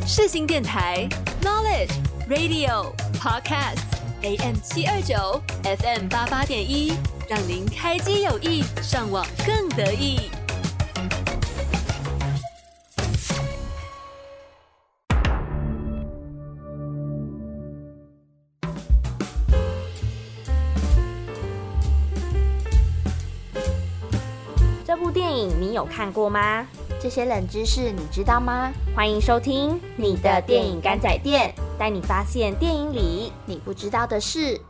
世新电台 Knowledge Radio Podcast AM 729 FM 88.1，让您开机有益，上网更得意。 这部电影你有看过吗？ 这些冷知识你知道吗？ 欢迎收听你的电影甘仔店，带你发现电影里你不知道的事。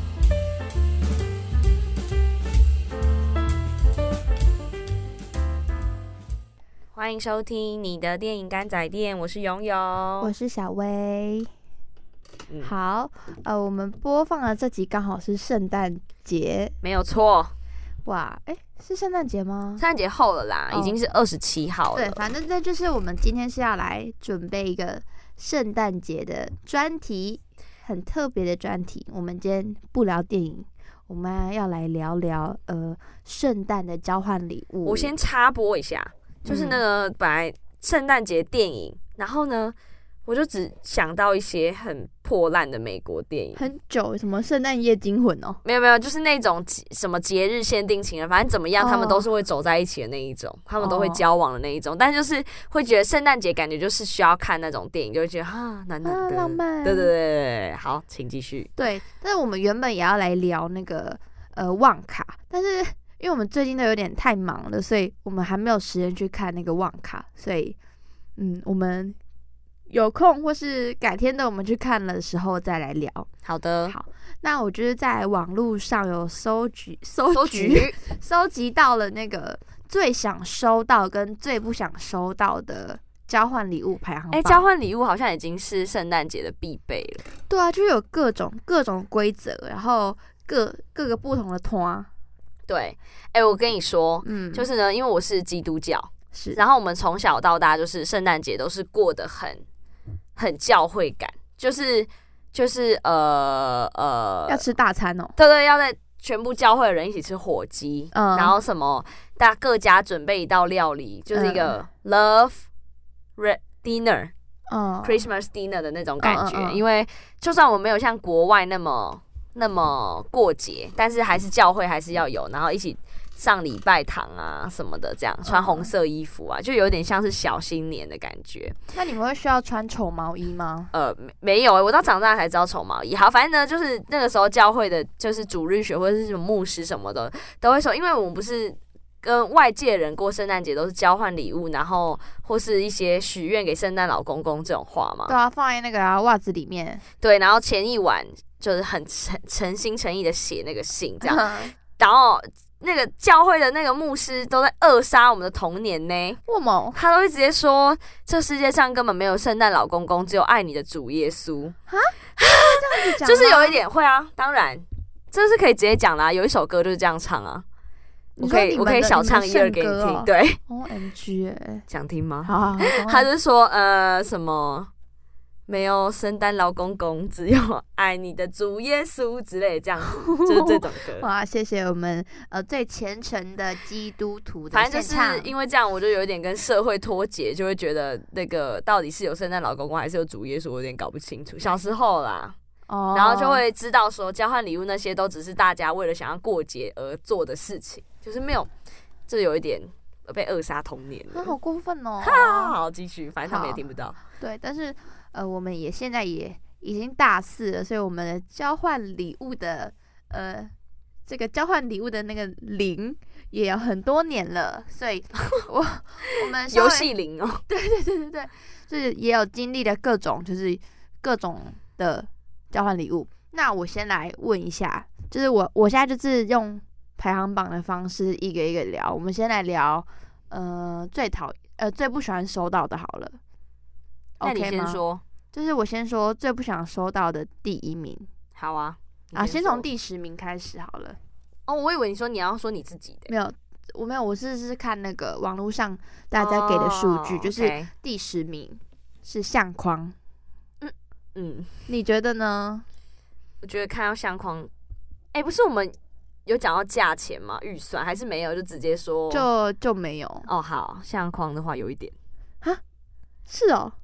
欢迎收听你的电影甘仔店，我是永友， 我是小薇。好，我们播放的这集刚好是圣诞节， 没有错。 哇，是圣诞节吗？ 圣诞节后了啦，已经是27号了。 对，反正这就是我们今天是要来准备一个圣诞节的专题，很特别的专题。我们今天不聊电影，我们要来聊聊圣诞的交换礼物。 我先插播一下，就是那个本来圣诞节电影，然后呢，我就只想到一些很破烂的美国电影， 很久什么圣诞夜惊魂哦， 没有，就是那种什么节日限定情人，反正怎么样，他们都是会走在一起的那一种，他们都会交往的那一种，但就是会觉得圣诞节感觉就是需要看那种电影，就会觉得暖暖的， 浪漫。 对，好，请继续。 对，但是我们原本也要来聊那个旺卡，但是因为我们最近都有点太忙了，所以我们还没有时间去看那个旺卡，所以我们有空或是改天的我们去看的时候再来聊。 好的， 好，那我就是在网络上有收集到了那个最想收到跟最不想收到的交换礼物排行榜。 交换礼物好像已经是圣诞节的必备了。 对啊，就有各种规则，然后各个不同的团。 对，我跟你说，就是呢，因为我是基督教， 是， 然后我们从小到大就是圣诞节都是过得很教会感，就是要吃大餐哦。 对，要在全部教会的人一起吃火鸡，然后什么各家准备一道料理，就是一个 love dinner，Christmas dinner 的那种感觉。因为就算我没有像国外那么过节，但是还是教会还是要有，然后一起上礼拜堂啊什么的，这样穿红色衣服啊，就有点像是小新年的感觉。 那你们会需要穿丑毛衣吗？ 没有我到长大才知道丑毛衣。好，反正呢，就是那个时候教会的，就是主日学或者是什么牧师什么的都会说，因为我们不是跟外界人过圣诞节都是交换礼物，然后或是一些许愿给圣诞老公公这种话嘛。 对啊，放在那个袜子里面。 对，然后前一晚就是很诚心诚意的写那个信，这样，然后那个教会的那个牧师都在扼杀我们的童年呢。 为什么？ 他都会直接说，这世界上根本没有圣诞老公公，只有爱你的主耶稣。 这样子讲就是有一点会啊，当然这是可以直接讲啦，有一首歌就是这样唱啊。我可以小唱1、2给你听。对 ，OMG， 想听吗？ 好， 他就说什么没有圣诞老公公，只有爱你的主耶稣之类的，这样子，就是这种歌。 哇，谢谢我们最虔诚的基督徒的献唱。 反正就是因为这样，我就有点跟社会脱节，就会觉得那个到底是有圣诞老公公还是有主耶稣，我有点搞不清楚。小时候啦。然后就会知道说，交换礼物那些都只是大家为了想要过节而做的事情，就是没有，就有一点被扼杀童年了。 好过分哦！ 好，继续，反正他们也听不到。 对，但是我们也现在也已经大4了，所以我们的交换礼物的这个交换礼物的那个零也有很多年了，所以我们游戏零哦， 对，就是也有经历了各种的交换礼物。那我先来问一下，就是我现在就是用排行榜的方式一个一个聊。我们先来聊最不喜欢收到的好了。 那你先说。 就是我先说最不想收到的第1名。 好啊， 先从第10名开始好了。 我以为你说你要说你自己的。 没有，我是看那个网络上大家给的数据，就是第10名是相框。你觉得呢？ 我觉得看到相框，不是我们有讲到价钱吗？预算还是没有，就直接说就没有。 好，相框的话有一点是哦。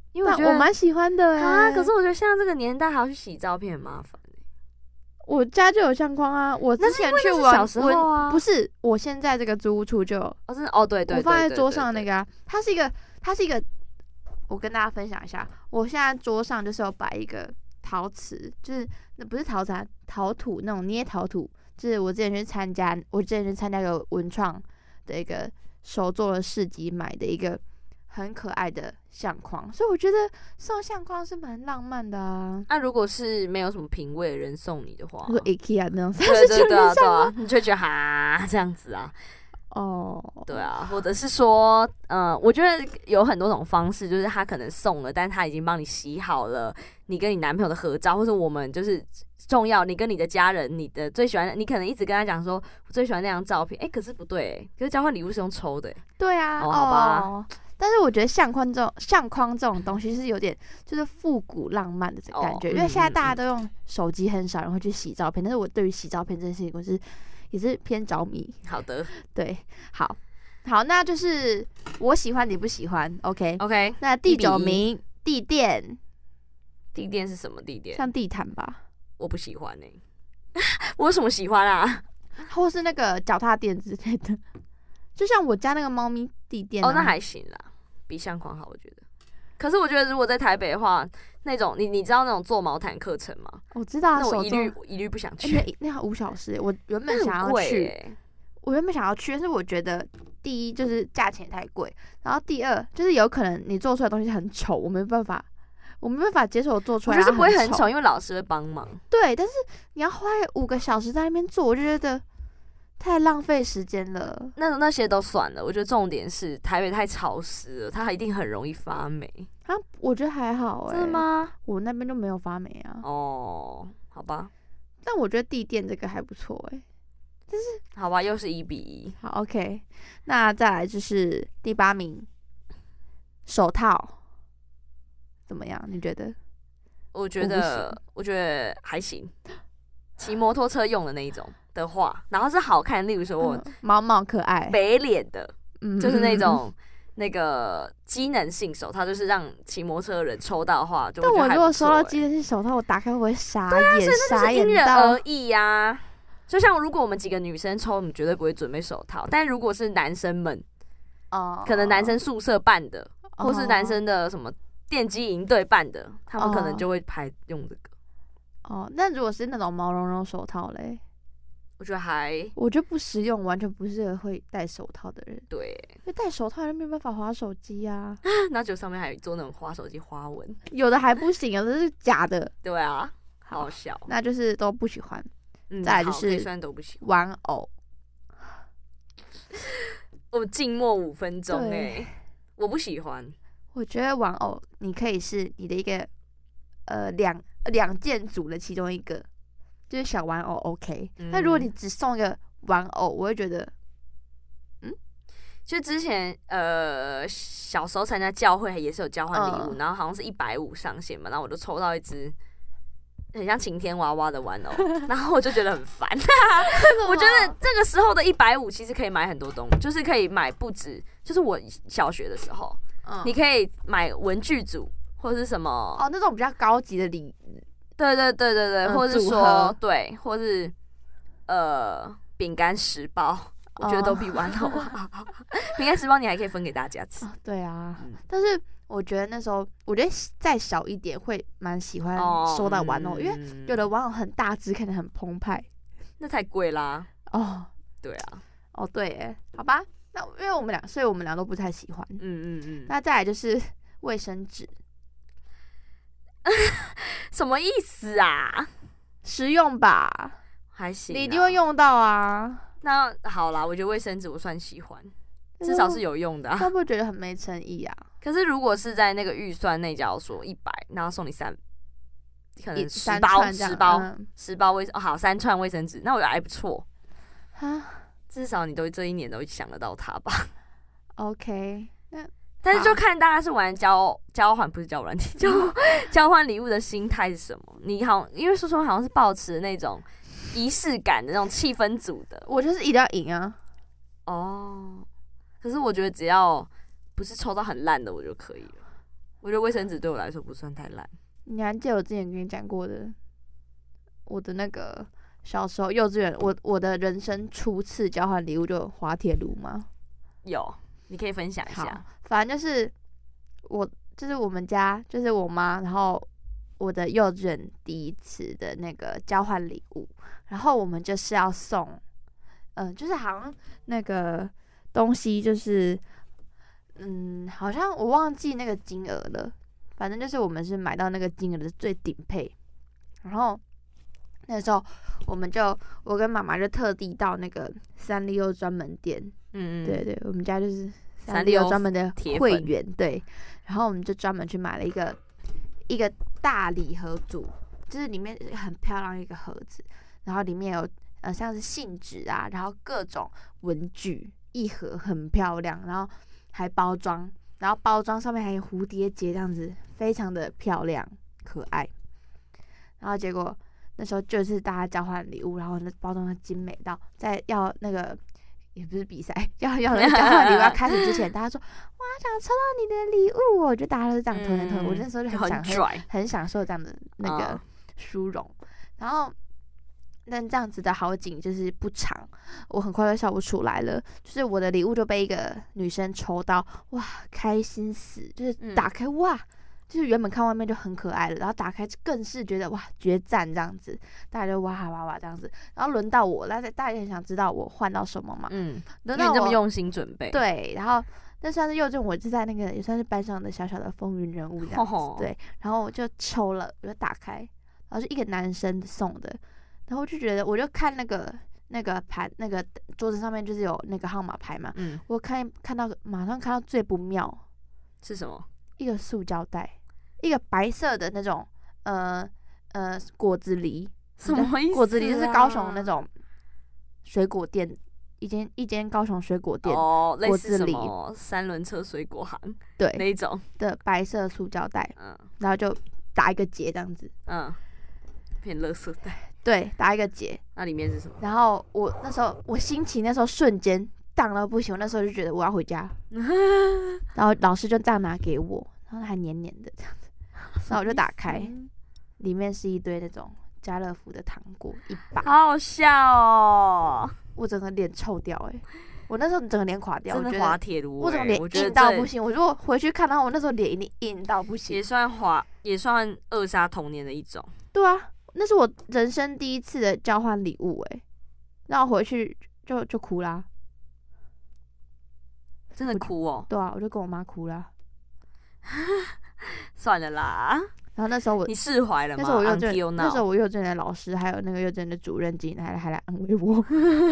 因为我觉得我蛮喜欢的啊。可是我觉得现在这个年代还要去洗照片很麻烦。 我家就有相框啊，我之前去玩小时候啊， 不是，我现在这个租屋处就有。 真的对，我放在桌上的那个啊，它是一个，我跟大家分享一下，我现在桌上就是有摆一个陶瓷，就是那不是陶瓷，陶土那种捏陶土，就是我之前去参加一个文创的一个手做的市集买的一个很可爱的相框，所以我觉得送相框是蛮浪漫的啊。 那如果是没有什么品味的人送你的话， 如果 IKEA 那种对啊，你就会觉得哈这样子啊。对啊，或者是说，我觉得有很多种方式，就是他可能送了，但他已经帮你洗好了你跟你男朋友的合照，或者我们就是重要，你跟你的家人，你的最喜欢的，你可能一直跟他讲说，我最喜欢那张照片，可是不对，可是交换礼物是用抽的， 对啊， 好吧。 但是我觉得相框这种东西是有点就是复古浪漫的感觉，因为现在大家都用手机，很少人会去洗照片，但是我对于洗照片这件事情，也是偏着迷。 好的， 对，好，那就是我喜欢你不喜欢 ，OK， 那第9名地垫是什么地垫？ 像地毯吧？ 我不喜欢我有什么喜欢啊？ 或是那个脚踏垫之类的，就像我家那个猫咪地垫那还行啦，比相框好，我觉得。可是我觉得如果在台北的话，那种你知道那种做毛毯课程吗？ 我知道， 那我一律不想去。 那要5小时，我原本想要去，但是我觉得第一就是价钱太贵，然后第二就是有可能你做出来的东西很丑，我没办法接受我做出来。 我就是不会很丑，因为老师会帮忙。 对，但是你要花5个小时在那边做，我就觉得太浪费时间了。 那些都算了，我觉得重点是台北太潮湿了，它一定很容易发霉啊。我觉得还好真的吗？ 我那边就没有发霉啊。 好吧。 但我觉得地垫这个还不错就是好吧，又是1-1。 好 ，OK， 那再来就是第8名，手套怎么样？你觉得？ 我觉得还行。骑摩托车用的那一种的话，然后是好看，例如说我毛毛可爱北脸的，就是那种那个机能性手套，就是让骑摩托车的人抽到的话，就会觉得还不错。但我如果收到机能性手套，我打开会不会傻眼？ 对啊，所以那是因人而异呀。就像如果我们几个女生抽，我们绝对不会准备手套，但如果是男生们，可能男生宿舍办的，或是男生的什么电机营队办的，他们可能就会拍用这个。 那如果是那种毛茸茸手套嘞， 我觉得我觉得不实用，完全不适合会戴手套的人。 对， 因为戴手套就没有办法滑手机啊。 那就上面还做那种滑手机花纹， 有的还不行，有的是假的。 对啊，好笑。 那就是都不喜欢。再来就是玩偶。 我静默5分钟我不喜欢。 我觉得玩偶你可以是你的一个两件组的其中一个，就是小玩偶 OK。那如果你只送一个玩偶，我会觉得， 就之前小时候参加教会也是有交换礼物，然后好像是150上限嘛，然后我就抽到一只很像晴天娃娃的玩偶，然后我就觉得很烦。我觉得这个时候的150其实可以买很多东西，就是可以买不止，就是我小学的时候，你可以买文具组或者是什么那种比较高级的礼， 对，或者是说对，或是饼干10包。我觉得都比玩偶好。饼干10包你还可以分给大家吃。 对啊，但是我觉得那时候，我觉得再小一点会蛮喜欢收到玩偶，因为有的玩偶很大只，看起来很澎湃。 那太贵啦。对啊。 对，好吧。那因为所以我们俩都不太喜欢。那再来就是卫生纸。 什么意思啊？ 实用吧， 还行， 你一定会用到啊。 那好啦，我觉得卫生纸我算喜欢，至少是有用的。 会不会觉得很没诚意啊？ 可是如果是在那个预算内，假如说100，然后送你可能10包卫生好3串卫生纸，那我觉得还不错啊。至少你这一年都想得到它吧 ？OK， 但是就看大家是玩交换，不是交换礼交换礼物的心态是什么？因为说好像是抱持那种仪式感的那种气氛组的， 我就是一定要赢啊。 可是我觉得只要不是抽到很烂的，我就可以了。 我觉得卫生纸对我来说不算太烂。 你还记得我之前跟你讲过的，我的那个小时候幼稚园，我的人生初次交换礼物就滑铁卢吗？ 有，你可以分享一下。 反正就是我们家就是我妈，然后我的幼稚园第一次的那个交换礼物，然后我们就是要送，就是好像那个东西就是，好像我忘记那个金额了，反正就是我们是买到那个金额的最顶配，然后那时候我跟妈妈就特地到那个三丽鸥专门店，对对，我们家就是三丽鸥专门的会员，对，然后我们就专门去买了一个大礼盒组，就是里面很漂亮一个盒子，然后里面有像是信纸啊，然后各种文具，一盒很漂亮，然后还包装，然后包装上面还有蝴蝶结这样子，非常的漂亮可爱。然后结果那时候就是大家交换礼物，然后那包装精美到在要那个也不是比赛，要那个交换礼物要开始之前，大家说哇想抽到你的礼物，我觉得大家都是这样偷偷，我那时候就很享受这样的那个殊荣。然后但这样子的好景就是不长，我很快就笑不出来了，就是我的礼物就被一个女生抽到，哇开心死，就是打开哇。就是原本看外面就很可爱了，然后打开更是觉得哇决战这样子，大家就哇哇哇这样子，然后轮到我，大家也很想知道我换到什么嘛， 轮到我，因为这么用心准备， 对，然后那算是幼稚，我就在那个也算是班上的小小的风云人物这样子，对，然后我就抽了，我就打开，然后是一个男生送的，然后我就觉得我就看那个盘那个桌子上面就是有那个号码牌嘛，我看到马上看到最不妙是什么？ 一个塑胶袋。一个白色的那种果子狸， 什么意思？ 果子狸就是高雄那种水果店，一间高雄水果店， 类似什么三轮车水果行， 对那一种的白色塑胶袋，然后就打一个结这样子， 变垃圾袋， 对，打一个结， 那里面是什么？ 然后我心情那时候瞬间荡到不行，我那时候就觉得我要回家，然后老师就这样拿给我，然后还黏黏的这样子。然后我就打开，里面是一堆那种家乐福的糖果，一把， 好好笑哦！ 我整个脸臭掉我那时候整个脸垮掉， 真的滑铁卢， 我整个脸硬到不行。我如果回去看到我那时候脸一定硬到不行， 也算扼杀童年的一种。 对啊，那是我人生第一次的交换礼物然后回去就哭啦， 真的哭哦？ 对啊，我就跟我妈哭啦。 算了啦， 然后那时候你释怀了吗？ 那时候我幼稚园的老师还有那个幼稚园的主任进来还来安慰我。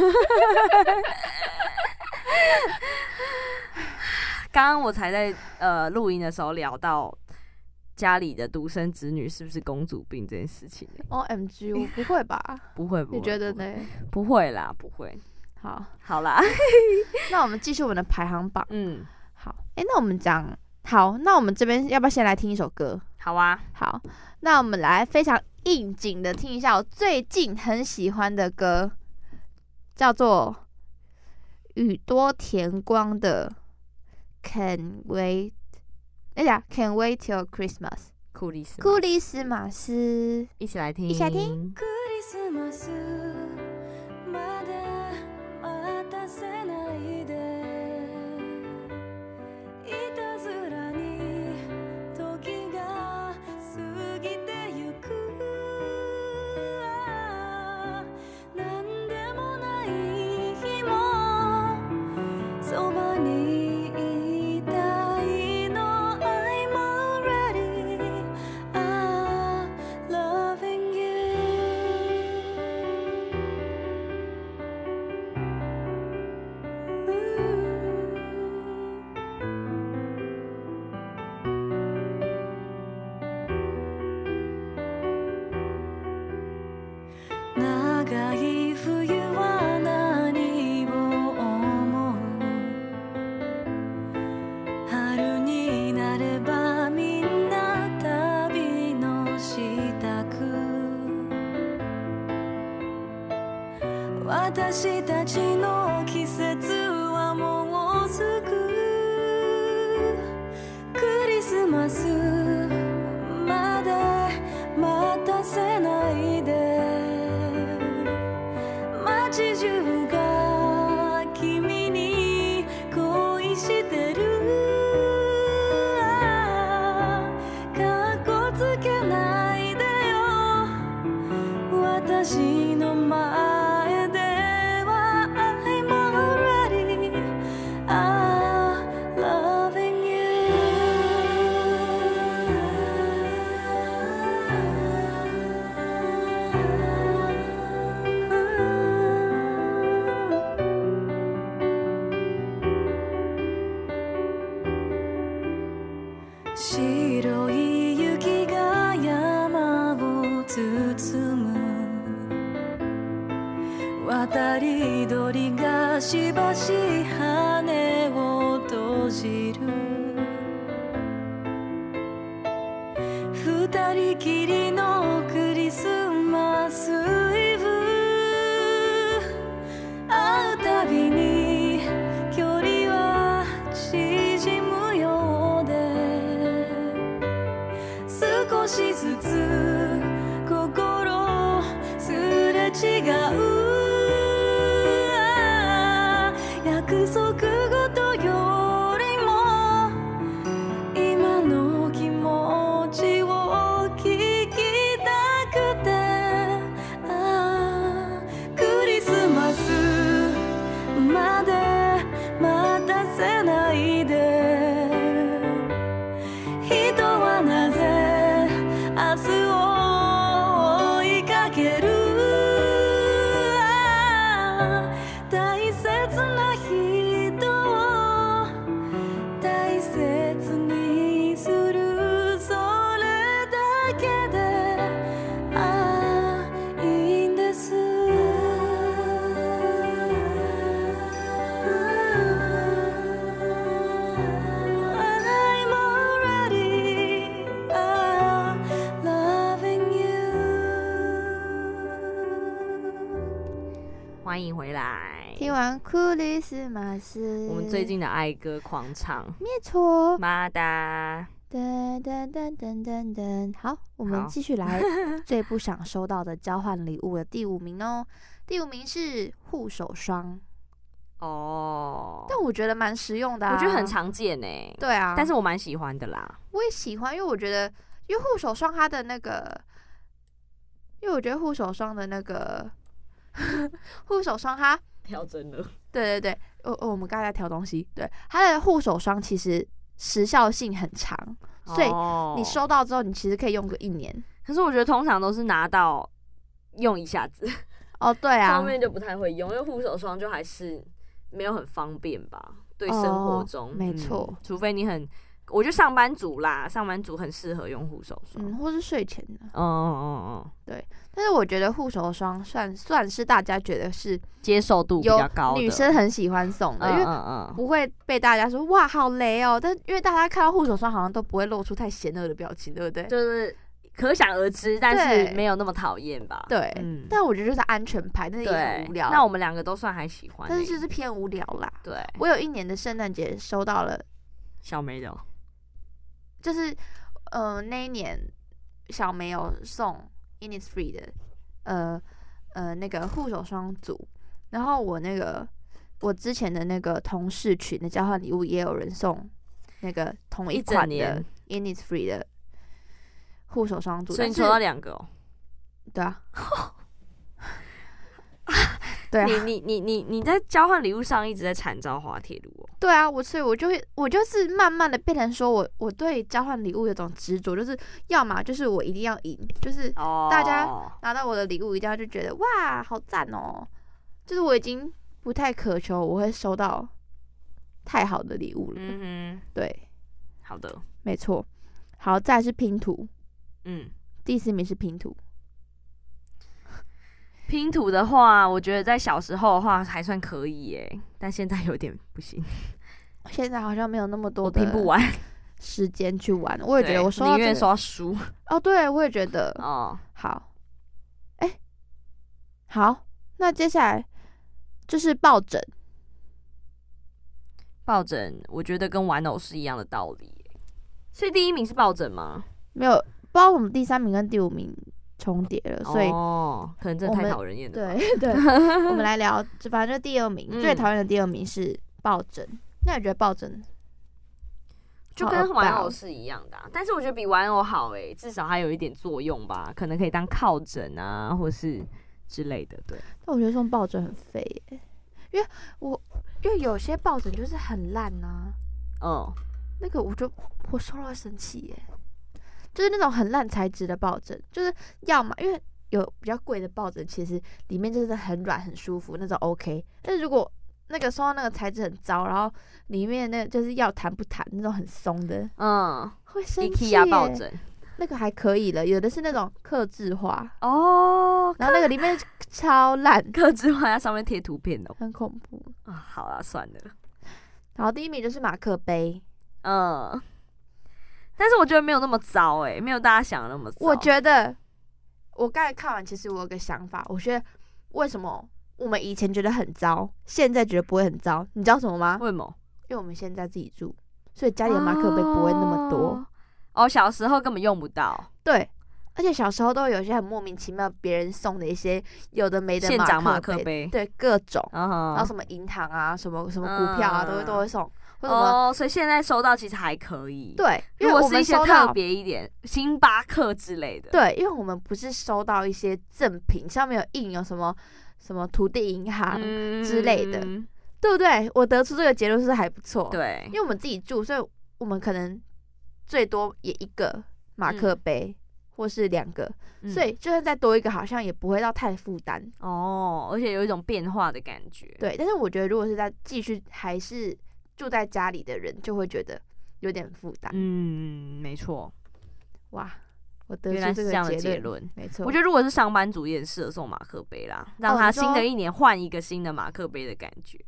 刚刚我才在录音的时候聊到家里的独生子女是不是公主病这件事情。 OMG， 我不会吧？ 不会， 你觉得呢？ 不会啦，不会。好啦， 那我们继续我们的排行榜。好，那我们讲。好，那我们这边要不要先来听一首歌？ 好啊， 好，那我们来非常应景的听一下我最近很喜欢的歌，叫做宇多田光的 Can't Wait Till Christmas， 库里斯马斯， 一起来听。 私たちの季節はもうすぐクリスマス白い雪が山を包む渡り鳥がしばし羽を閉じる二人きりのクリスマスイブ会うたびに距離は縮むようで少しずつ心すれ違う約束事よりも今の気持ちを聞きたくてクリスマスまで待たせないで人はなぜ明日を追いかける大切な人を大切にするそれだけでいいんですI'm already loving you 欢迎回来。 听完克里斯马斯， 我们最近的爱歌狂唱， 没错。 马达噔噔噔噔噔噔，好，我们继续来最不想收到的交换礼物的第5名哦。第5名是护手霜哦， 但我觉得蛮实用的啊， 我觉得很常见欸。 对啊， 但是我蛮喜欢的啦。 我也喜欢，因为我觉得，因为护手霜它的那个，因为我觉得护手霜的那个护手霜它， 跳针了。 对对对，我们刚才在调东西，对，它的护手霜其实时效性很长，所以你收到之后，你其实可以用个1年。 可是我觉得通常都是拿到用一下子， 哦，对啊， 后面就不太会用，因为护手霜就还是没有很方便吧，对生活中， 没错， 除非你很。我觉得上班族啦，上班族很适合用护手霜， 或是睡前的，对。但是我觉得护手霜算是大家觉得是接受度比较高的， 女生很喜欢送的，因为不会被大家说哇好雷哦。但因为大家看到护手霜好像都不会露出太嫌恶的表情，对不对？ 就是可想而知，但是没有那么讨厌吧？ 对，但我觉得就是安全牌，但是也很无聊。 那我们2个都算还喜欢， 但是就是偏无聊啦。 对， 我有1年的圣诞节收到了小梅的。 就是那一年小梅有送 Innisfree 的那个护手霜组，然后我之前的那个同事群的交换礼物也有人送那个同一款的 Innisfree 的护手霜组， 所以你抽到2个哦？ 对啊。对啊， 你在交换礼物上一直在惨遭滑铁卢哦。 对啊，所以我就是慢慢的变成说我对交换礼物有种执着，就是要么就是我一定要赢，就是大家拿到我的礼物一定要就觉得哇好赞哦，就是我已经不太渴求我会收到太好的礼物了。对， 好的， 没错。好，再来是拼图，第4名是拼图。 拼图的话，我觉得在小时候的话还算可以耶，但现在有点不行。 现在好像没有那么多的拼不完时间去玩。我也觉得我收到宁愿刷书。 哦，对，我也觉得。哦，好，好，那接下来就是抱枕。 抱枕，我觉得跟玩偶是一样的道理。所以第1名是抱枕吗？ 没有，不知道我们第3名跟第5名重叠了，所以可能真的太讨人厌了。 对对，我们来聊，反正就第2名，最讨厌的第2名是抱枕。那你觉得抱枕就跟玩偶是一样的但是我觉得比玩偶好至少还有一点作用吧，可能可以当靠枕啊，或是之类的。对， 但我觉得送抱枕很废因为有些抱枕就是很烂啊。那个我收了会生气就是那种很烂材质的抱枕，就是要么因为有比较贵的抱枕，其实里面就是很软很舒服那种 OK， 但是如果那个收到那个材质很糟，然后里面那就是要弹不弹那种很松的，会生气耶。 抱枕那个还可以了，有的是那种客制化哦， 然后那个里面超烂， 客制化在上面贴图片哦， 很恐怖啊。好啦，算了。 然后第一名就是马克杯， 但是我觉得没有那么糟没有大家想的那么糟。 我觉得我刚才看完，其实我有个想法，我觉得为什么我们以前觉得很糟，现在觉得不会很糟？你知道什么吗？ 为什么？ 因为我们现在自己住，所以家里的马克杯不会那么多。 小时候根本用不到。 对，而且小时候都会有一些很莫名其妙别人送的一些有的没的现长马克杯， 对，各种，然后什么银行啊，什么股票啊，都会送。 所以现在收到其实还可以。 对， 因为我是一些特别一点，星巴克之类的。 对，因为我们不是收到一些赠品，上面有印有什么土地银行之类的，对不对？我得出这个结论是还不错。 对， 因为我们自己住，所以我们可能最多也一个马克杯，或是2个，所以就算再多一个，好像也不会到太负担。 而且有一种变化的感觉。 对，但是我觉得如果是在继续还是住在家里的人，就会觉得有点负担。 没错。 哇，我得出这个结论，没错。 我觉得如果是上班族也很适合送马克杯啦，让他新的一年换一个新的马克杯的感觉。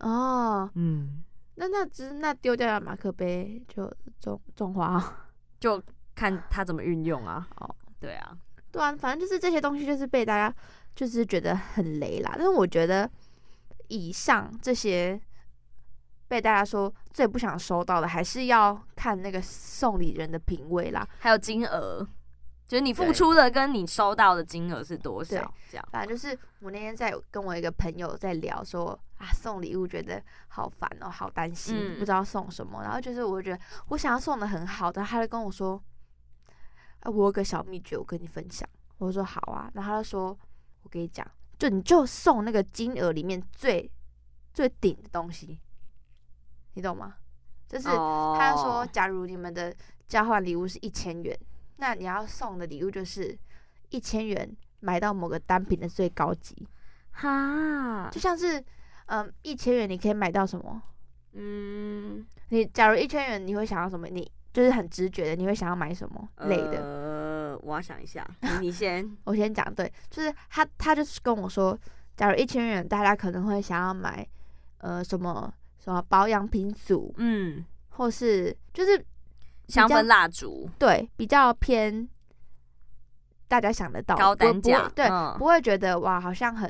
那丢掉的马克杯就种花， 就看他怎么运用啊。对啊， 反正就是这些东西就是被大家就是觉得很雷啦。但是我觉得以上这些被大家说最不想收到的，还是要看那个送礼人的品味啦， 还有金额。就是你付出的跟你收到的金额是多少？这样， 反正就是我那天在跟我一个朋友在聊说送礼物觉得好烦哦，好担心，不知道送什么。然后就是我觉得我想要送的很好的，他就跟我说，我有个小秘诀，我跟你分享。我就说好啊，然后他就说，我跟你讲，你就送那个金额里面最顶的东西，你懂吗？就是他说，假如你们的交换礼物是1000元。那你要送的礼物就是1000元买到某个单品的最高级，就像是1000元你可以买到什么？你假如1000元你会想要什么？你就是很直觉的，你会想要买什么类的？ 我要想一下，你先， 我先讲。对，就是他就是跟我说，假如1000元，大家可能会想要买什么保养品组，或是就是香氛蜡烛， 对，比较偏大家想得到高单价， 对，不会觉得哇，好像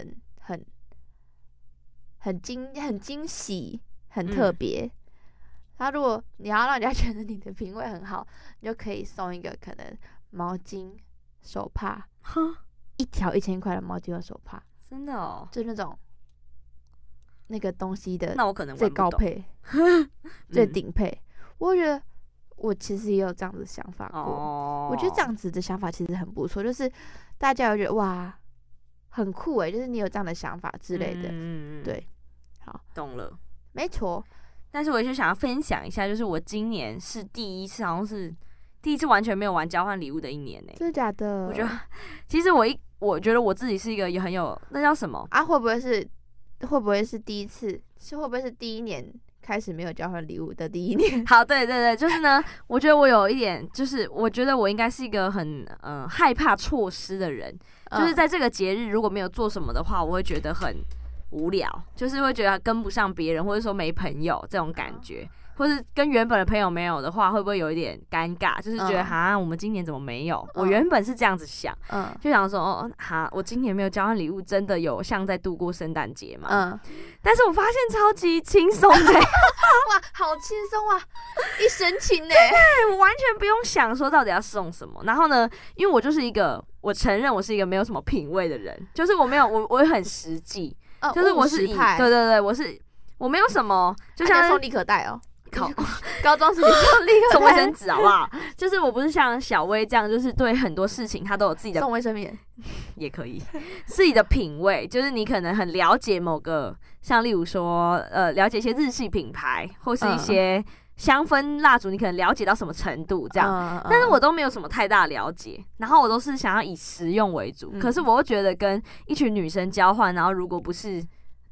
很惊喜，很特别。然后如果你要让人家觉得你的品味很好，你就可以送一个可能毛巾、手帕，一条1000块的毛巾和手帕， 真的哦， 就那种那个东西的， 那我可能最高配、最顶配，我觉得。我其实也有这样子的想法过，我觉得这样子的想法其实很不错，就是大家会觉得哇，很酷就是你有这样的想法之类的，对，好， 懂了， 没错。 但是我就想要分享一下，就是我今年是第一次，好像是第一次完全没有玩交换礼物的一年真的假的？ 我觉得，其实我觉得我自己是一个也很有那叫什么啊？会不会是第一次？会不会是第一年？开始没有交换礼物的第一年， 好，对，就是呢，我觉得我有一点，就是我觉得我应该是一个很害怕错失的人，就是在这个节日如果没有做什么的话，我会觉得很无聊，就是会觉得跟不上别人，或者说没朋友这种感觉，或是跟原本的朋友没有的话，会不会有一点尴尬？就是觉得我们今年怎么没有？我原本是这样子想，就想说我今年没有交换礼物，真的有像在度过圣诞节吗？但是我发现超级轻松的， 哇，好轻松啊，一神情呢。 对，我完全不用想说到底要送什么。然后呢，因为我就是一个，我承认我是一个没有什么品味的人，就是我很实际，就是我是对，我没有什么，就像送立可带哦。 高中时期送立可带，送卫生纸好不好？就是我不是像小薇这样，就是对很多事情他都有自己的送卫生棉也可以，自己的品味，就是你可能很了解某个，像例如说了解一些日系品牌，或是一些香氛蜡烛，你可能了解到什么程度这样，但是我都没有什么太大了解，然后我都是想要以实用为主，可是我又觉得跟一群女生交换，然后如果不是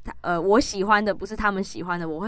我喜欢的不是他们喜欢的，我会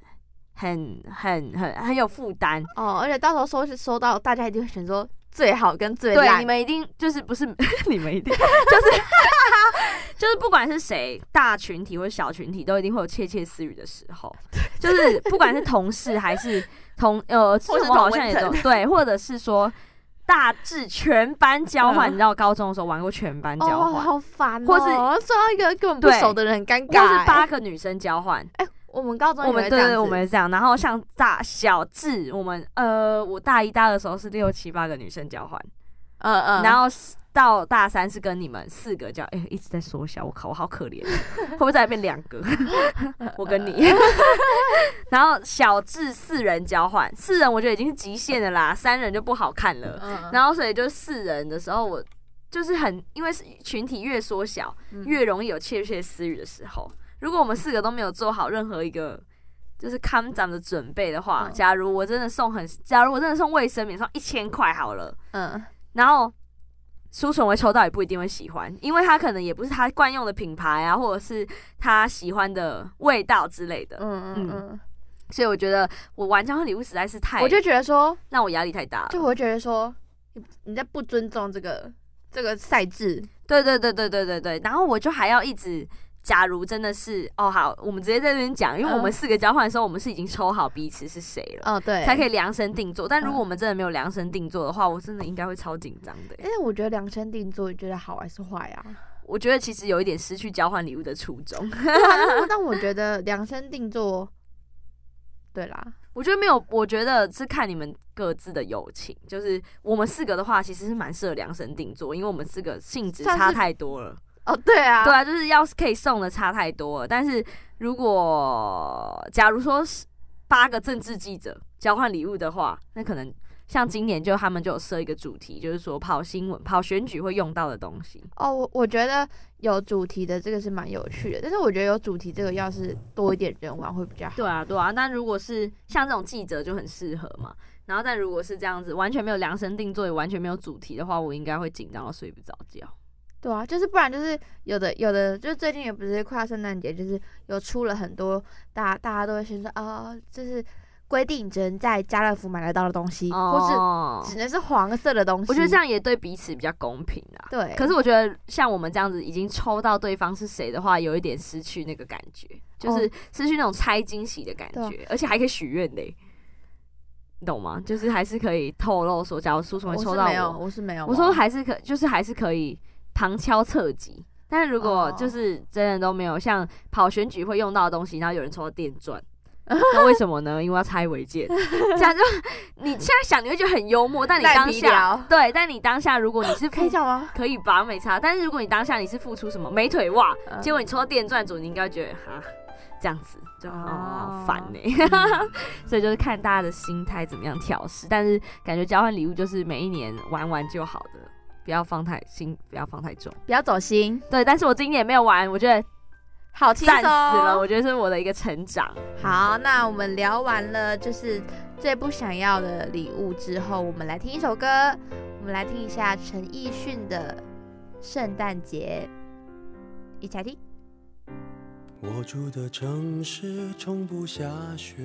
很有负担哦。而且到时候收到，大家一定会选说最好跟最烂。 对，你们一定就是不是你们一定就是不管是谁，大群体或小群体，都一定会有窃窃私语的时候。就是不管是同事还是或是好像也都对，或者是说大致全班交换。你知道高中的时候玩过全班交换， 好烦哦。 或是说到一个根本不熟的人很尴尬， 或是8个女生交换。 我们高中我们是这样，然后像大小至我大1大2的时候是6、7、8个女生交换，然后到大3是跟你们4个交，一直在缩小，我好可怜，会不会再变2个？我跟你，然后小至4人交换，4人我觉得已经是极限了啦，3人就不好看了，然后所以就4人的时候，我就是因为群体越缩小，越容易有窃窃私语的时候。如果我们4个都没有做好任何一个就是康展的准备的话，假如我真的送卫生棉，送1000块好了，然后苏纯维抽到也不一定会喜欢，因为他可能也不是他惯用的品牌啊，或者是他喜欢的味道之类的，所以我觉得我玩交换礼物实在是我就觉得说让我压力太大了， 就我会觉得说你在不尊重这个赛制， 对，然后我就还要一直。假如真的是好，我们直接在这边讲，因为我们4个交换的时候，我们是已经抽好彼此是谁了， 对， 才可以量身定做。但如果我们真的没有量身定做的话，我真的应该会超紧张的。 因为我觉得量身定做，你觉得好还是坏啊？ 我觉得其实有一点失去交换礼物的初衷。 但我觉得量身定做，对啦， 我觉得没有，我觉得是看你们各自的友情。就是我们4个的话，其实是蛮适合量身定做，因为我们4个性质差太多了。 对啊， 就是要是可以送的差太多了。但是如果假如说8个政治记者交换礼物的话，那可能像今年他们就有设一个主题，就是说跑新闻、跑选举会用到的东西。 我觉得有主题的这个是蛮有趣的，但是我觉得有主题这个要是多一点人玩会比较好。 对啊。但如果是像这种记者就很适合嘛。然后但如果是这样子完全没有量身定做，也完全没有主题的话，我应该会紧张到睡不着觉。 对啊，就是不然就是有的，就是最近也不是快要圣诞节，就是有出了很多大家都会先说就是规定只能在家乐福买得到的东西，或是只能是黄色的东西。 我觉得这样也对彼此比较公平啦。 对。 可是我觉得像我们这样子已经抽到对方是谁的话，有一点失去那个感觉，就是失去那种拆惊喜的感觉，而且还可以许愿的。你懂吗？就是还是可以透露说，假如苏纯会抽到我是没有。 我说还是可以。旁敲侧击，但是如果就是真的都没有像跑选举会用到的东西，然后有人抽到电钻，那为什么呢？因为要拆违建。这样就你现在想你会觉得很幽默，但你当下但你当下如果你是可以讲吗？ 可以吧，没差。但是如果你当下你是付出什么美腿袜，结果你抽到电钻组，你应该觉得这样子就好烦呢。所以就是看大家的心态怎么样调试，但是感觉交换礼物就是每一年玩玩就好的。不要放太重， 不要走心。 对，但是我今年没有玩，我觉得好轻松， 赞死了。我觉得是我的一个成长。 好，那我们聊完了就是最不想要的礼物之后，我们来听一首歌，我们来听一下陈奕迅的《圣诞节》，一起来听。 我住的城市从不下雪，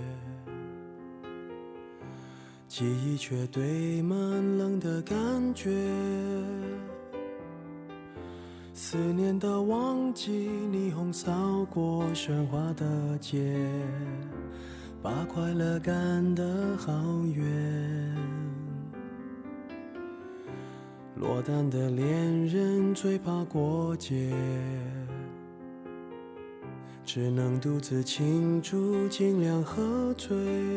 记忆却堆满冷的感觉，思念的旺季，霓虹扫过喧哗的街，把快乐赶得好远。落单的恋人最怕过节，只能独自庆祝，尽量喝醉。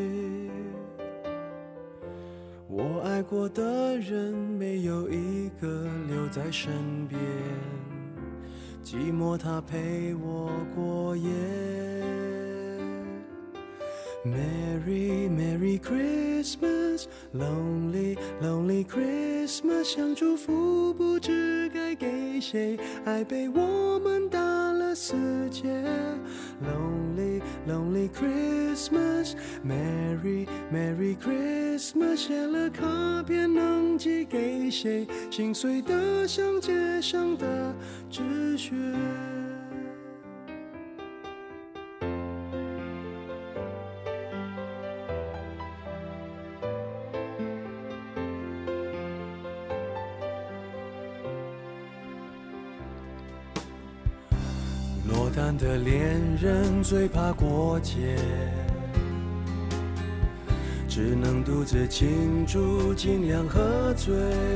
我爱过的人没有一个留在身边，寂寞他陪我过夜。Merry Merry Christmas Lonely Lonely Christmas 想祝福不知该给谁，爱被我们打了死结。Lonely Lonely Christmas Merry Merry Christmas 写了卡片能寄给谁，心碎的像街上的纸屑。 脱单的恋人最怕过节，只能独自庆祝，尽量喝醉。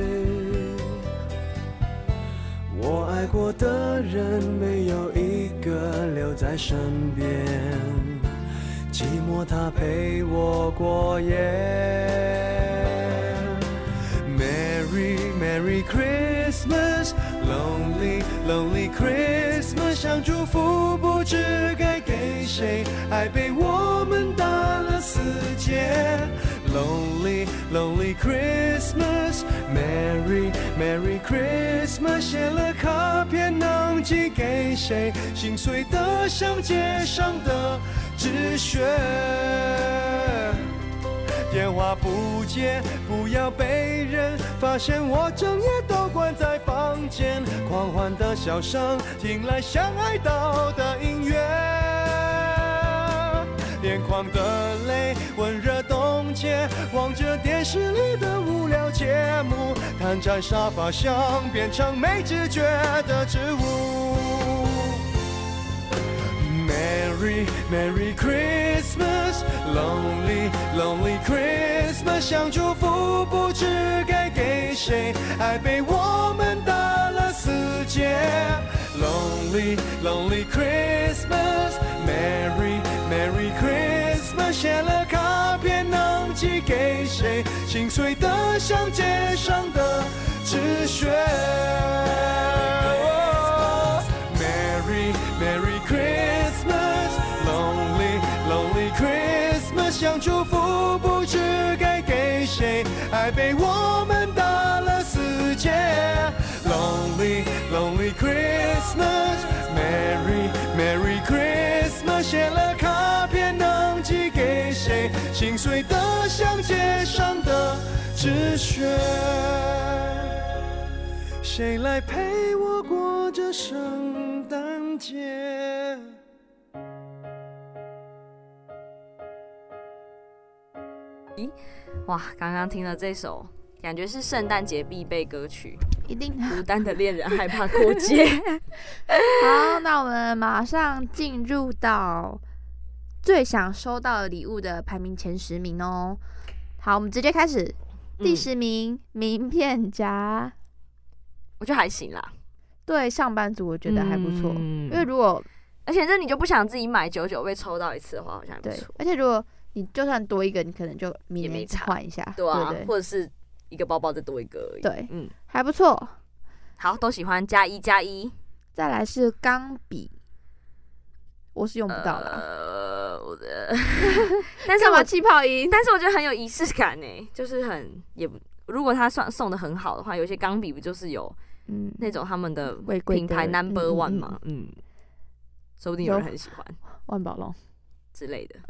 我爱过的人没有一个留在身边，寂寞他陪我过夜。Merry Merry Christmas Lonely Lonely Christmas 想祝福不知该给谁，爱被我们打了死结。Lonely Lonely Christmas Merry Merry Christmas 写了卡片能寄给谁，心碎得像街上的纸屑。电话不接，不要被人发现我整夜都关在房间，狂欢的笑声听来像哀悼的音乐，眼眶的泪温热冻结，望着电视里的无聊节目，瘫在沙发上变成没知觉的植物。Merry Merry Christmas Lonely Lonely Christmas 想祝福不知该给谁，爱被我们打了死结。Lonely Lonely Christmas Merry Merry Christmas 写了卡片能寄给谁，心碎得像街上的纸屑。Merry Merry Christmas Lonely Lonely Christmas 想祝福不知该给谁，爱被我们打了死结。Lonely Lonely Christmas Merry Merry Christmas 写了卡片能寄给谁，心碎得像街上的纸屑。谁来陪我过这圣诞节？ 哇，刚刚听了这首，感觉是圣诞节必备歌曲， 一定孤单的恋人害怕过节。 好，那我们马上进入到最想收到的礼物的排名前10名哦。好，我们直接开始。第10名，名片夹。 我觉得还行啦， 对上班族我觉得还不错，因为如果而且这你就不想自己买久久被抽到一次的话，好像还不错。 对，而且如果你就算多一个，你可能就明年换一下， 对啊， 对对， 或者是一个包包再多一个而已。 对，还不错。 好，都喜欢+1+1。 再来是钢笔，我是用不到了。 我的，但是我气泡音， 但是我觉得很有仪式感呢，就是很也不，如果他送的很好的话，有些钢笔不就是有那种他们的品牌 No.1 嘛，说不定有人很喜欢万宝龙之类的，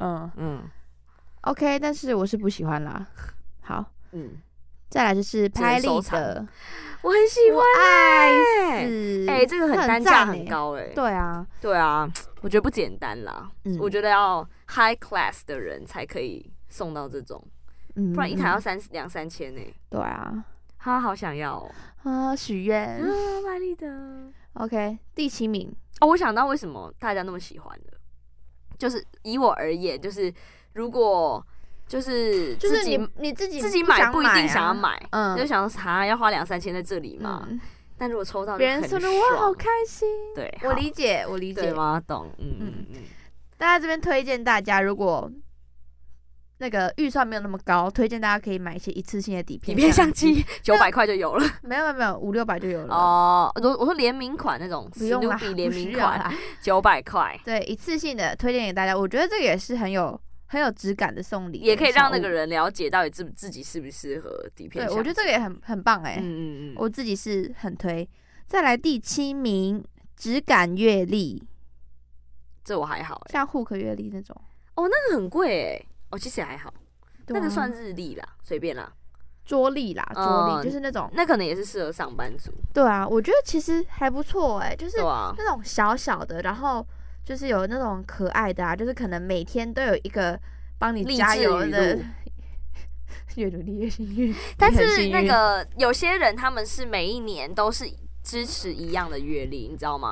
OK， 但是我是不喜欢啦。好，再来就是拍立得， 我很喜欢， 爱死， 这个很单价很高对啊， 对啊，我觉得不简单啦，我觉得要 high class 的人才可以送到这种，不然一台要2-3千呢。对啊， 他好想要许愿拍立得。 OK， 第7名我想到为什么大家那么喜欢的，就是以我而言，就是如果就是你自己买不一定想要买，就想说要花2-3千在这里嘛。但如果抽到别人送的，哇，好开心。 对， 我理解， 对吗？懂， 大家这边推荐大家，如果那个预算没有那么高，推荐大家可以买一些一次性的底片相机，900块就有了。 没有，500-600就有了。 我说联名款那种， 不用啦， 联名款900块。 对，一次性的推荐给大家，我觉得这个也是很有质感的送礼， 也可以让那个人了解到底自己适不适合底片。 对，我觉得这个也很棒我自己是很推。再来第7名，质感月历， 这我还好像Hook月历那种。 那个很贵其实也还好，那个算日历啦，随便啦， 桌历啦，桌历就是那种， 那可能也是适合上班族。 对啊，我觉得其实还不错就是那种小小的，然后就是有那种可爱的就是可能每天都有一个帮你加油的，越努力越幸运。 但是那个有些人他们是每一年都是支持一样的月历，你知道吗？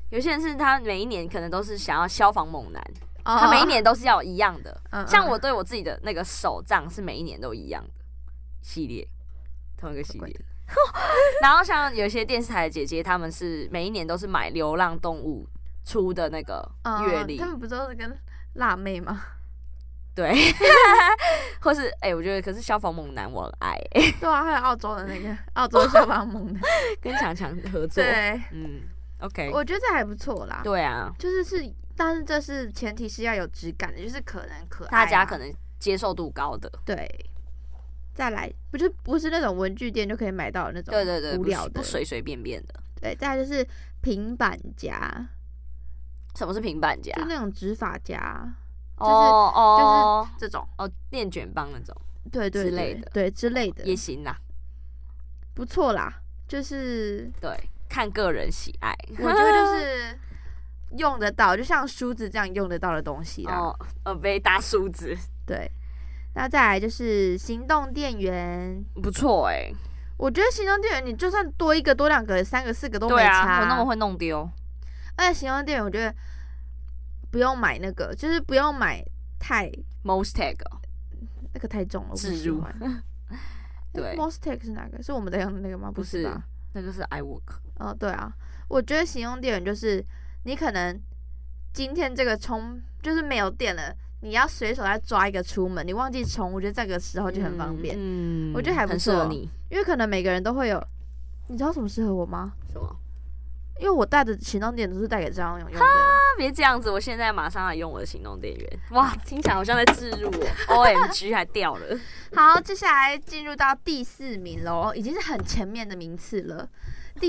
有些人是他每一年可能都是想要消防猛男，他每一年都是要一样的。像我对我自己的那个手账是每一年都一样的系列，同一个系列。然后像有些电视台的姐姐，他们是每一年都是买流浪动物出的那个月历， 他们不都是跟辣妹吗？ 对，或是我觉得可是消防猛男我很爱对啊，还有澳洲的那个澳洲消防猛男跟强强合作， 对 ，OK， 我觉得这还不错啦。 对啊， 但是这是前提是要有质感的，就是可能可爱， 大家可能接受度高的， 对。再来，不是那种文具店就可以买到的那种， 对， 无聊的， 不随随便便的。 对，再来就是平板夹。 什么是平板夹？ 就那种指发夹， 就是这种电卷棒那种， 对之类的， 对之类的也行啦， 不错啦，就是对，看个人喜爱。 我觉得就是用得到，就像梳子这样用得到的东西啦。 被大梳子。 对，那再来就是行动电源， 不错我觉得行动电源你就算多一个、多两个、3个、4个都没差。 对啊，我那么会弄丢。 而且行动电源我觉得不用买那个，就是不用买太 Mostag， 那个太重了， 置入。对 ，Mostag 是哪个？是我们在用的那个吗？ 不是吧？ 那个是 iWork。 对啊，我觉得行动电源就是你可能今天这个充就是没有电了。你要随手再抓一个出门，你忘记充，我觉得这个时候就很方便。我觉得还不错， 很适合你， 因为可能每个人都会有。你知道什么适合我吗？ 什么？ 因为我带的行动电源都是带给张永用的。 别这样子，我现在马上来用我的行动电源。哇，听起来好像在置入OMG 还掉了。 好，接下来进入到第4名喽，已经是很前面的名次了。第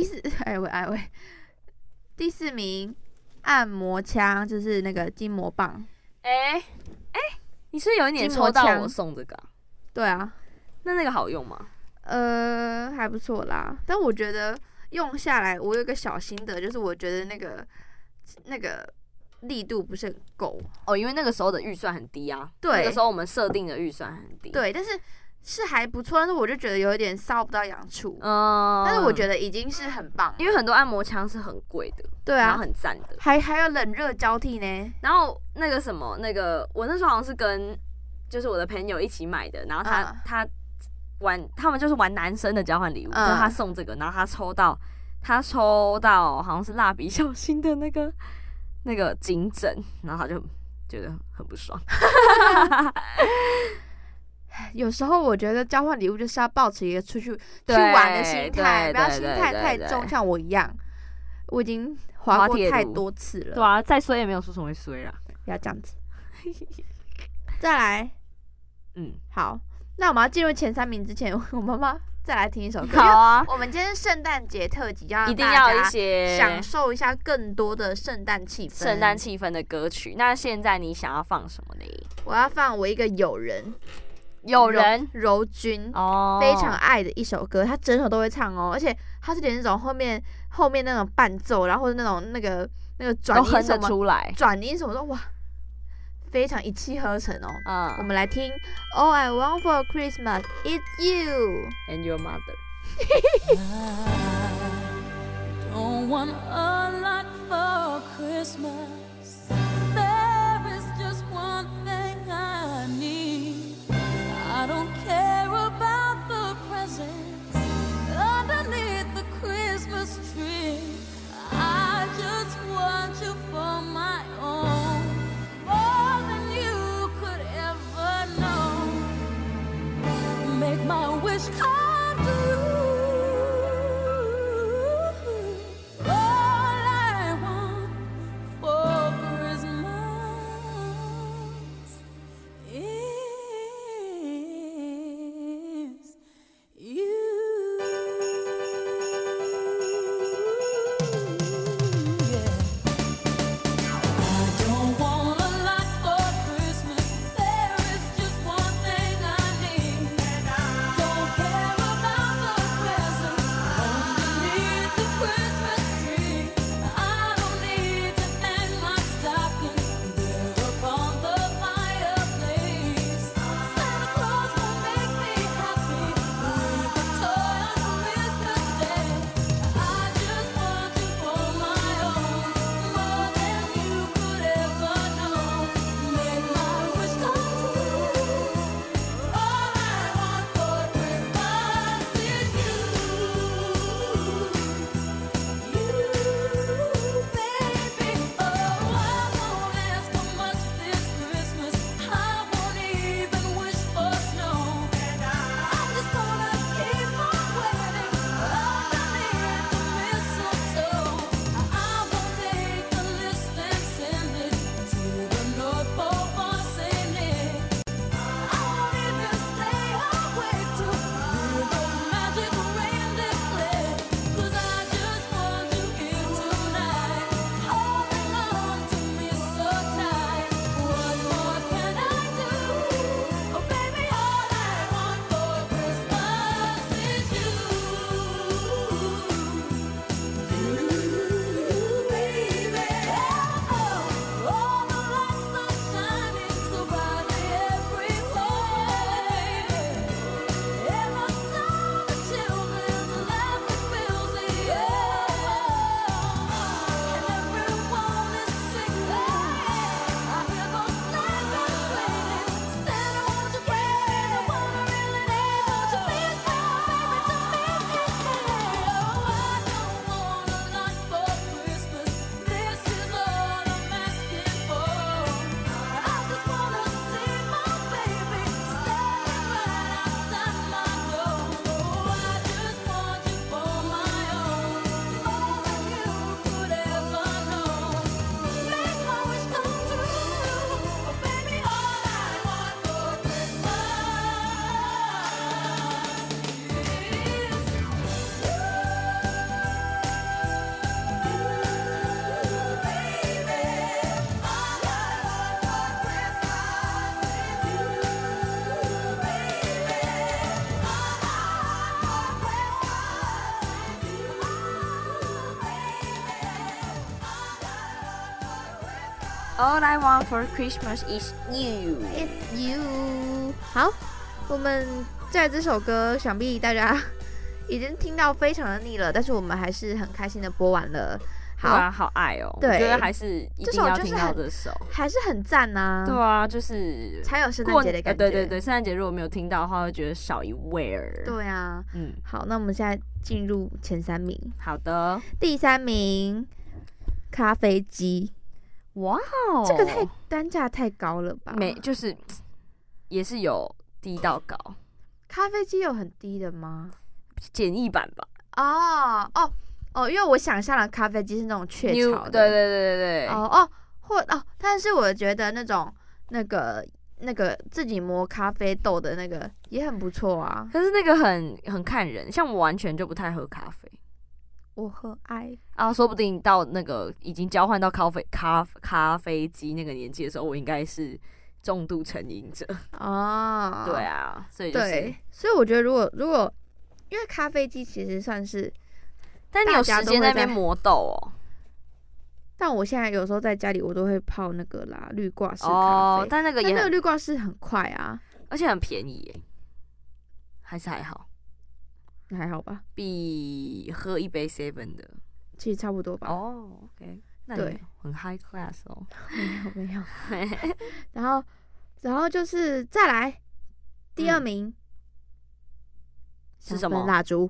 4名，按摩枪，就是那个筋膜棒。 你是有一年抽到我送这个？对啊， 那个好用吗？ 还不错啦，但我觉得用下来，我有个小心得，就是我觉得那个力度不是很够因为那个时候的预算很低啊。 对， 那个时候我们设定的预算很低。 对，但是还不错，但是我就觉得有一点搔不到痒处。但是我觉得已经是很棒了， 因为很多按摩枪是很贵的， 对啊， 然后很赞的， 还有冷热交替呢。 然后那个什么，我那时候好像是跟就是我的朋友一起买的，然后他们就是玩男生的交换礼物，就是他送这个，然后他抽到好像是蜡笔小新的那个颈枕，然后他就觉得很不爽。 有时候我觉得交换礼物就是要抱持一个出去玩的心态，不要心态太重，像我一样，我已经滑过太多次了。 对啊，再衰也没有说什么会衰啦， 不要这样子。再来，好，那我们要进入前3名之前，我妈妈再来听一首歌。 好啊， 我们今天圣诞节特辑一定要一些享受一下更多的圣诞气氛的歌曲。那现在你想要放什么呢？ 我要放我一个友人柔君非常爱的一首歌，他整首都会唱而且他是连那种后面那种伴奏，然后或者那个转音什么出来， 转音什么的，哇，非常一气呵成我们来听 All I Want for Christmas is You and Your Mother。 I don't want a lot for Christmas. There is just one thing I need. I don't care about the presents underneath the Christmas tree. I just want you for my own, more than you could ever know. Make my wish come true. All I want for Christmas All I want for Christmas is you. It's you。好，我们在这首歌，想必大家已经听到非常的腻了，但是我们还是很开心的播完了。好啊，好爱哦！ 对， 我觉得还是一定要听到这首， 还是很赞啊。 对啊，就是才有圣诞节的感觉。 对对对，圣诞节如果没有听到的话，会觉得少一味儿。 对啊，好，那我们现在进入前3名。 好的， 第3名，咖啡机。 哇哦， 这个单价太高了吧？ 就是也是有低到高。 咖啡机有很低的吗？ 简易版吧。 因为我想象的咖啡机是那种雀巢的， 对对对对对。但是我觉得那种那个自己磨咖啡豆的那个也很不错啊。 可是那个很看人，像我完全就不太喝咖啡。 我喝爱啊，说不定到那个已经交换到咖啡机那个年纪的时候，我应该是重度成瘾者啊。对啊，所以对，所以我觉得如果因为咖啡机其实算是。 但你有时间在那边磨豆哦。 但我现在有时候在家里，我都会泡那个啦，滤挂式咖啡。 但那个滤挂式很快啊， 而且很便宜耶，还好， 还好吧， 比喝一杯 Seven 的其实差不多吧。 OK， 那对，很 high class 哦。 没有。然后就是再来第2名是什么？ 蜡烛。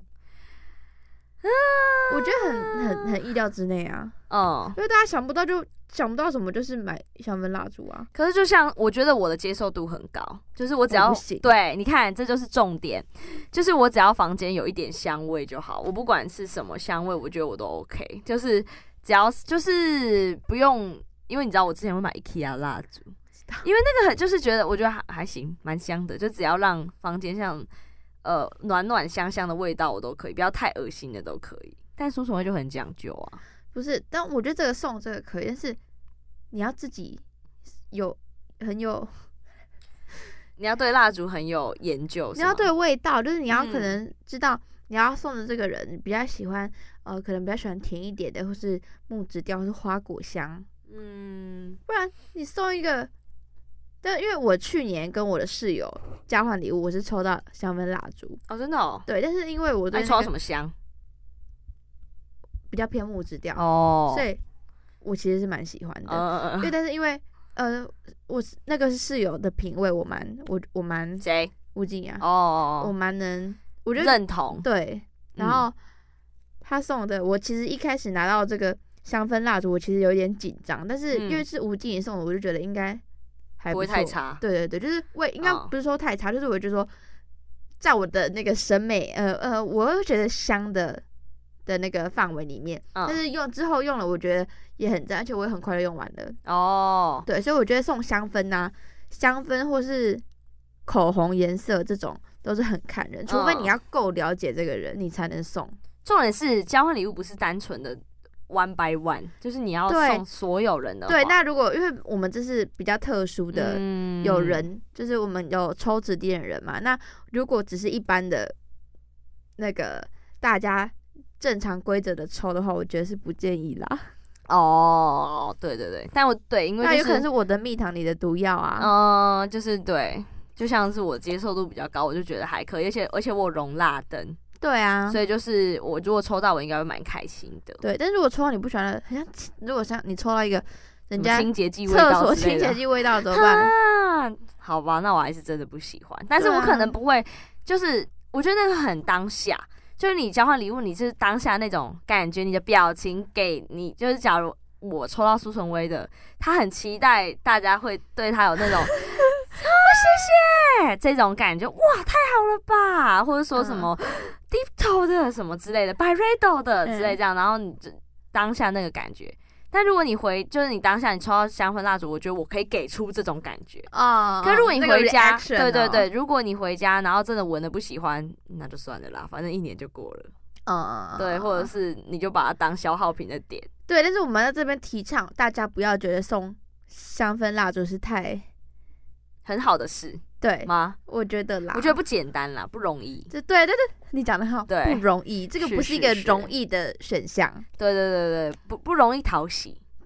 我觉得很意料之内啊，因为大家想不到什么，就是买香氛蜡烛啊。 可是就像我觉得我的接受度很高，就是我只要对，你看这就是重点，就是我只要房间有一点香味就好，我不管是什么香味，我觉得我都 OK， 就是只要就是不用，因为你知道我之前会买 IKEA 蜡烛，因为那个就是觉得我觉得还行，蛮香的，就只要让房间像暖暖香香的味道我都可以，不要太恶心的都可以。但苏纯惠就很讲究啊， 不是？但我觉得这个送这个可以，但是你要自己很有， 你要对蜡烛很有研究， 你要对味道，就是你要可能知道你要送的这个人比较喜欢可能比较喜欢甜一点的，或是木质调，或是花果香，不然你送一个。但因为我去年跟我的室友交换礼物，我是抽到香氛蜡烛真的哦。 对，但是因为我对抽到什么香？ 比较偏木质调所以我其实是蛮喜欢的。但是因为我那个是室友的品味，我蛮谁？ 吴静雅我蛮能，我觉得认同。 对，然后他送的，我其实一开始拿到这个香氛蜡烛，我其实有点紧张，但是因为是吴静怡送的，我就觉得应该还不会太差。 对对对，就是应该不是说太差，就是我觉得说，在我的那个审美，我会觉得香的那个范围里面，但是之后用了，我觉得也很赞，而且我也很快就用完了。对，所以我觉得送香氛或是口红颜色这种都是很看人，除非你要够了解这个人，你才能送。 重点是交换礼物不是单纯的one by one， 就是你要送所有人的话。 对，那如果因为我们这是比较特殊的，有人就是我们有抽指定的人嘛，那如果只是一般的那个大家正常规则的抽的话，我觉得是不建议啦。 对对对，但因为那有可能是我的蜜糖，你的毒药啊。 就是对，就像是我接受度比较高，我就觉得还可以，而且我有容蜡灯。 对啊， 所以就是我如果抽到，我应该会蛮开心的。 对，但是如果抽到你不喜欢的，很像如果像你抽到一个人家清洁剂味道， 厕所清洁剂味道怎么办？ 好吧，那我还是真的不喜欢。但是我可能不会，就是我觉得那个很当下，就是你交换礼物，你是当下那种感觉，你的表情给你，就是假如我抽到苏纯威的，他很期待大家会对他有那种。谢谢这种感觉，哇，太好了吧？或者说什么 Dipto 的什么之类的 Byredo 的之类这样，然后你当下那个感觉。但如果你就是你当下你抽到香氛蜡烛，我觉得我可以给出这种感觉可是如果你回家，对对对，如果你回家然后真的闻了不喜欢，那就算了啦，反正1年就过了。对，或者是你就把它当消耗品的点。 对，但是我们在这边提倡大家不要觉得送香氛蜡烛是很好的事， 对吗？ 我觉得啦， 我觉得不简单啦，不容易。 对对对，你讲得好，不容易，这个不是一个容易的选项。 对对对对，不容易讨喜。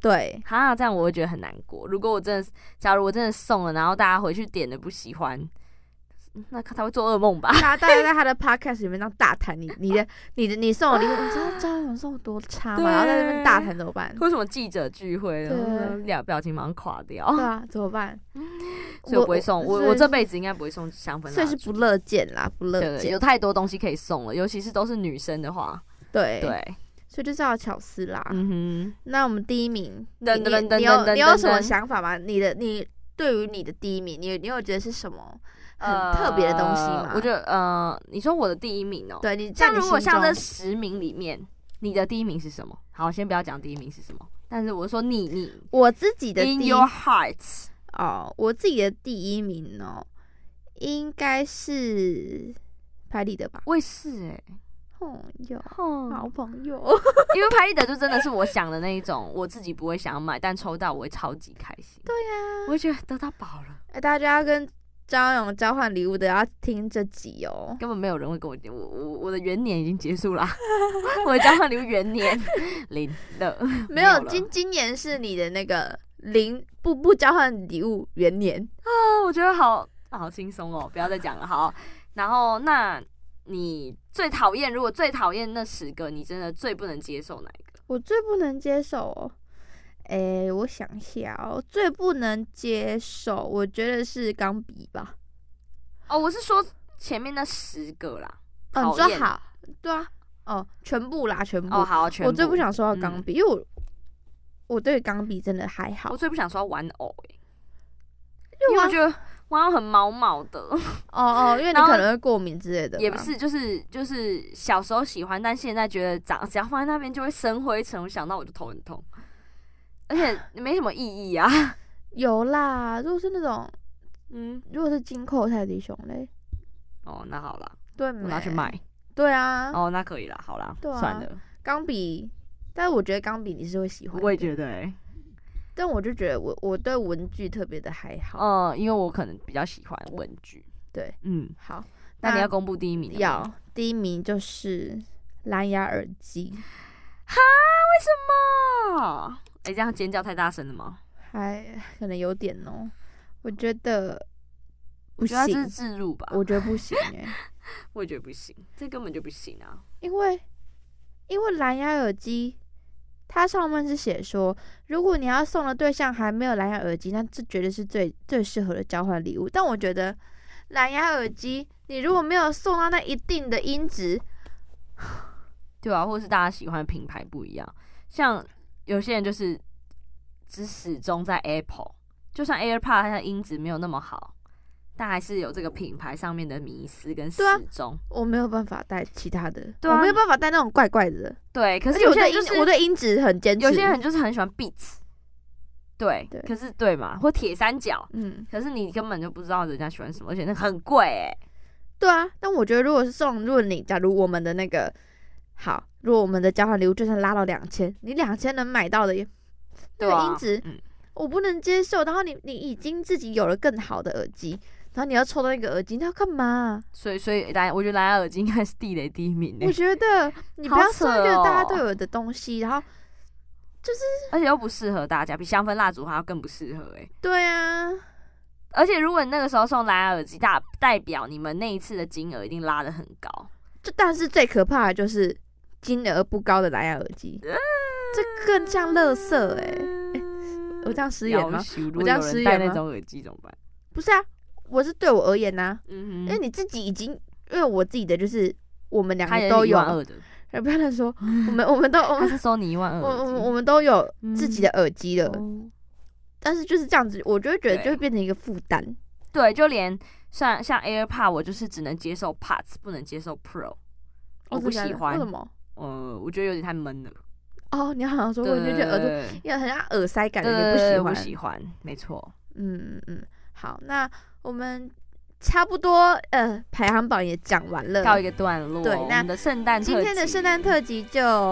对， 哈，这样我会觉得很难过。如果假如我真的送了，然后大家回去点的不喜欢，那他会做噩梦吧？ 大家在他的 podcast 里面这样大谈你送我礼物，你知道交友送多差吗？然后在那边大谈怎么办？ 为什么记者聚会了，表情马上垮掉？ 对啊，怎么办？ 所以我不会送，我这辈子应该不会送香氛蜡烛， 所以是不乐见啦，不乐见。 对，有太多东西可以送了，尤其是都是女生的话， 对，所以就是要巧思啦。那我们第一名，你有什么想法吗？你对于你的第一名，你有觉得是什么很特别的东西吗？ 我觉得你说我的第一名哦， 对，你像如果像这10名里面，你的第一名是什么？好，先不要讲第一名是什么，但是我说我自己的 in your heart 我自己的第一名哦，应该是拍立得吧？ 我也是好朋友， 因为拍立得就真的是我想的那一种，我自己不会想要买，但抽到我会超级开心。 对呀， 我会觉得得到宝了。 大家跟张永交换礼物的要听这集哦， 根本没有人会跟我的元年已经结束了，我的交换礼物元年零了， 没有今年是你的那个不交换礼物元年啊，我觉得好轻松哦，不要再讲了。好，然后那你最讨厌，如果最讨厌那10个，你真的最不能接受哪一个？ 我最不能接受我想一下最不能接受，我觉得是钢笔吧。 我是说前面那10个啦。 你说好，对啊，全部啦，全部。 好，全部。 我最不想收到钢笔，因为我对钢笔真的还好。 我最不想收到玩偶因为我觉得玩偶很毛毛的。 因为你可能会过敏之类的。 也不是，就是小时候喜欢，但现在觉得只要放在那边就会生灰尘，我想到我就头很痛。而且没什么意义啊。 有啦，如果是那种，如果是金蔻泰迪熊嘞， 那好啦， 对， 我拿去卖。 对啊， 那可以啦，好啦，算了。 钢笔，但是我觉得钢笔你是会喜欢的。 我也觉得但我就觉得我对文具特别的还好。 因为我可能比较喜欢文具。 对，好， 那你要公布第一名？ 要，第一名就是蓝牙耳机。 哈？为什么？这样尖叫太大声了吗？ 还可能有点我觉得不行。 我觉得这是置入吧。 我觉得不行我也觉得不行，这根本就不行啊。 因为蓝牙耳机，它上面是写说，如果你要送的对象还没有蓝牙耳机，那这绝对是最适合的交换礼物。但我觉得蓝牙耳机，你如果没有送到那一定的音质， 对啊，或是大家喜欢的品牌不一样，像有些人就是只始终在 Apple， 就算 AirPod 它的音质没有那么好，但还是有这个品牌上面的迷思跟始终。 我没有办法带其他的，我没有办法带那种怪怪的。 对，可是有些人就是我对音质很坚持， 有些人就是很喜欢 Beats。对，可是对嘛，或铁三角，可是你根本就不知道人家喜欢什么，而且那很贵对啊，但我觉得如果你假如我们的那个好，如果我们的交换礼物就算拉到2000，你2000能买到的那个音质，我不能接受。然后你已经自己有了更好的耳机，然后你要抽到一个耳机，那要干嘛？ 所以我觉得蓝牙耳机应该是地雷第一名。 我觉得你不要送一个大家都有的东西，然后就是而且又不适合大家，比香氛蜡烛还要更不适合对啊。 而且如果你那个时候送蓝牙耳机，代表你们那一次的金额一定拉得很高。 但是最可怕的就是金额不高的蓝牙耳机，这更像垃圾我这样失言吗？我这样失言吗？ 戴那种耳机怎么办？ 不是啊，我是对我而言因为你自己已经，因为我自己的就是我们两个都有 12000的， 不要乱说，我们他是收你12000， 我们都有自己的耳机了，但是就是这样子，我就会觉得就会变成一个负担。 对，就连像 AirPod， 我就是只能接受 Pods， 不能接受 Pro， 我不喜欢。 为什么？ 我觉得有点太闷了。 你好像说过，你就觉得耳朵有很像耳塞感觉，你不喜欢，没错。 好，那我们差不多排行榜也讲完了， 告一个段落。 对，那我们的圣诞特辑， 今天的圣诞特辑就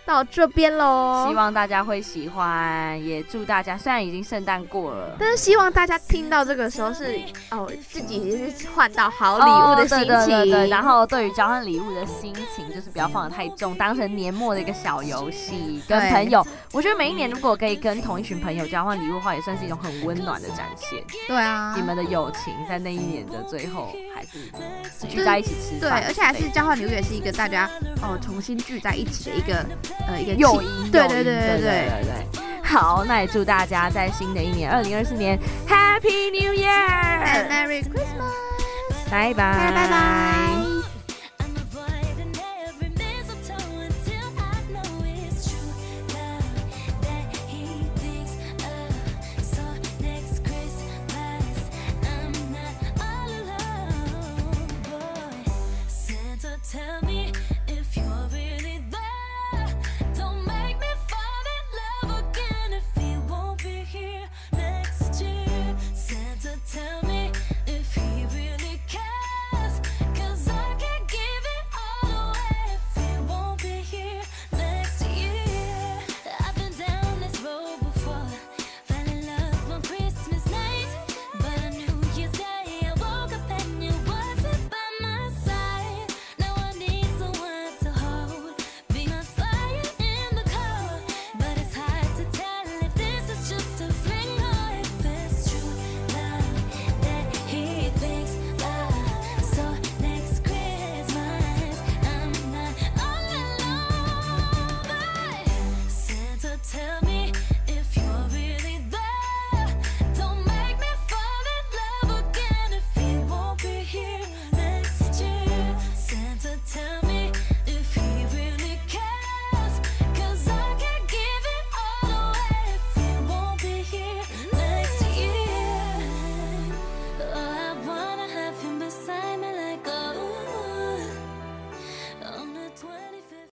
到这边咯， 希望大家会喜欢，也祝大家虽然已经圣诞过了， 但是希望大家听到这个时候是自己也是换到好礼物的心情， 对，然后对于交换礼物的心情就是不要放得太重，当成年末的一个小游戏，跟朋友，我觉得每一年如果可以跟同一群朋友交换礼物的话，也算是一种很温暖的展现。 对啊， 你们的友情在那一年的最后还是聚在一起吃饭， 对，而且还是交换礼物也是一个大家重新聚在一起的一个诱因， 对。 好，那也祝大家在新的一年2024年 Happy New Year and Merry Christmas， 拜拜。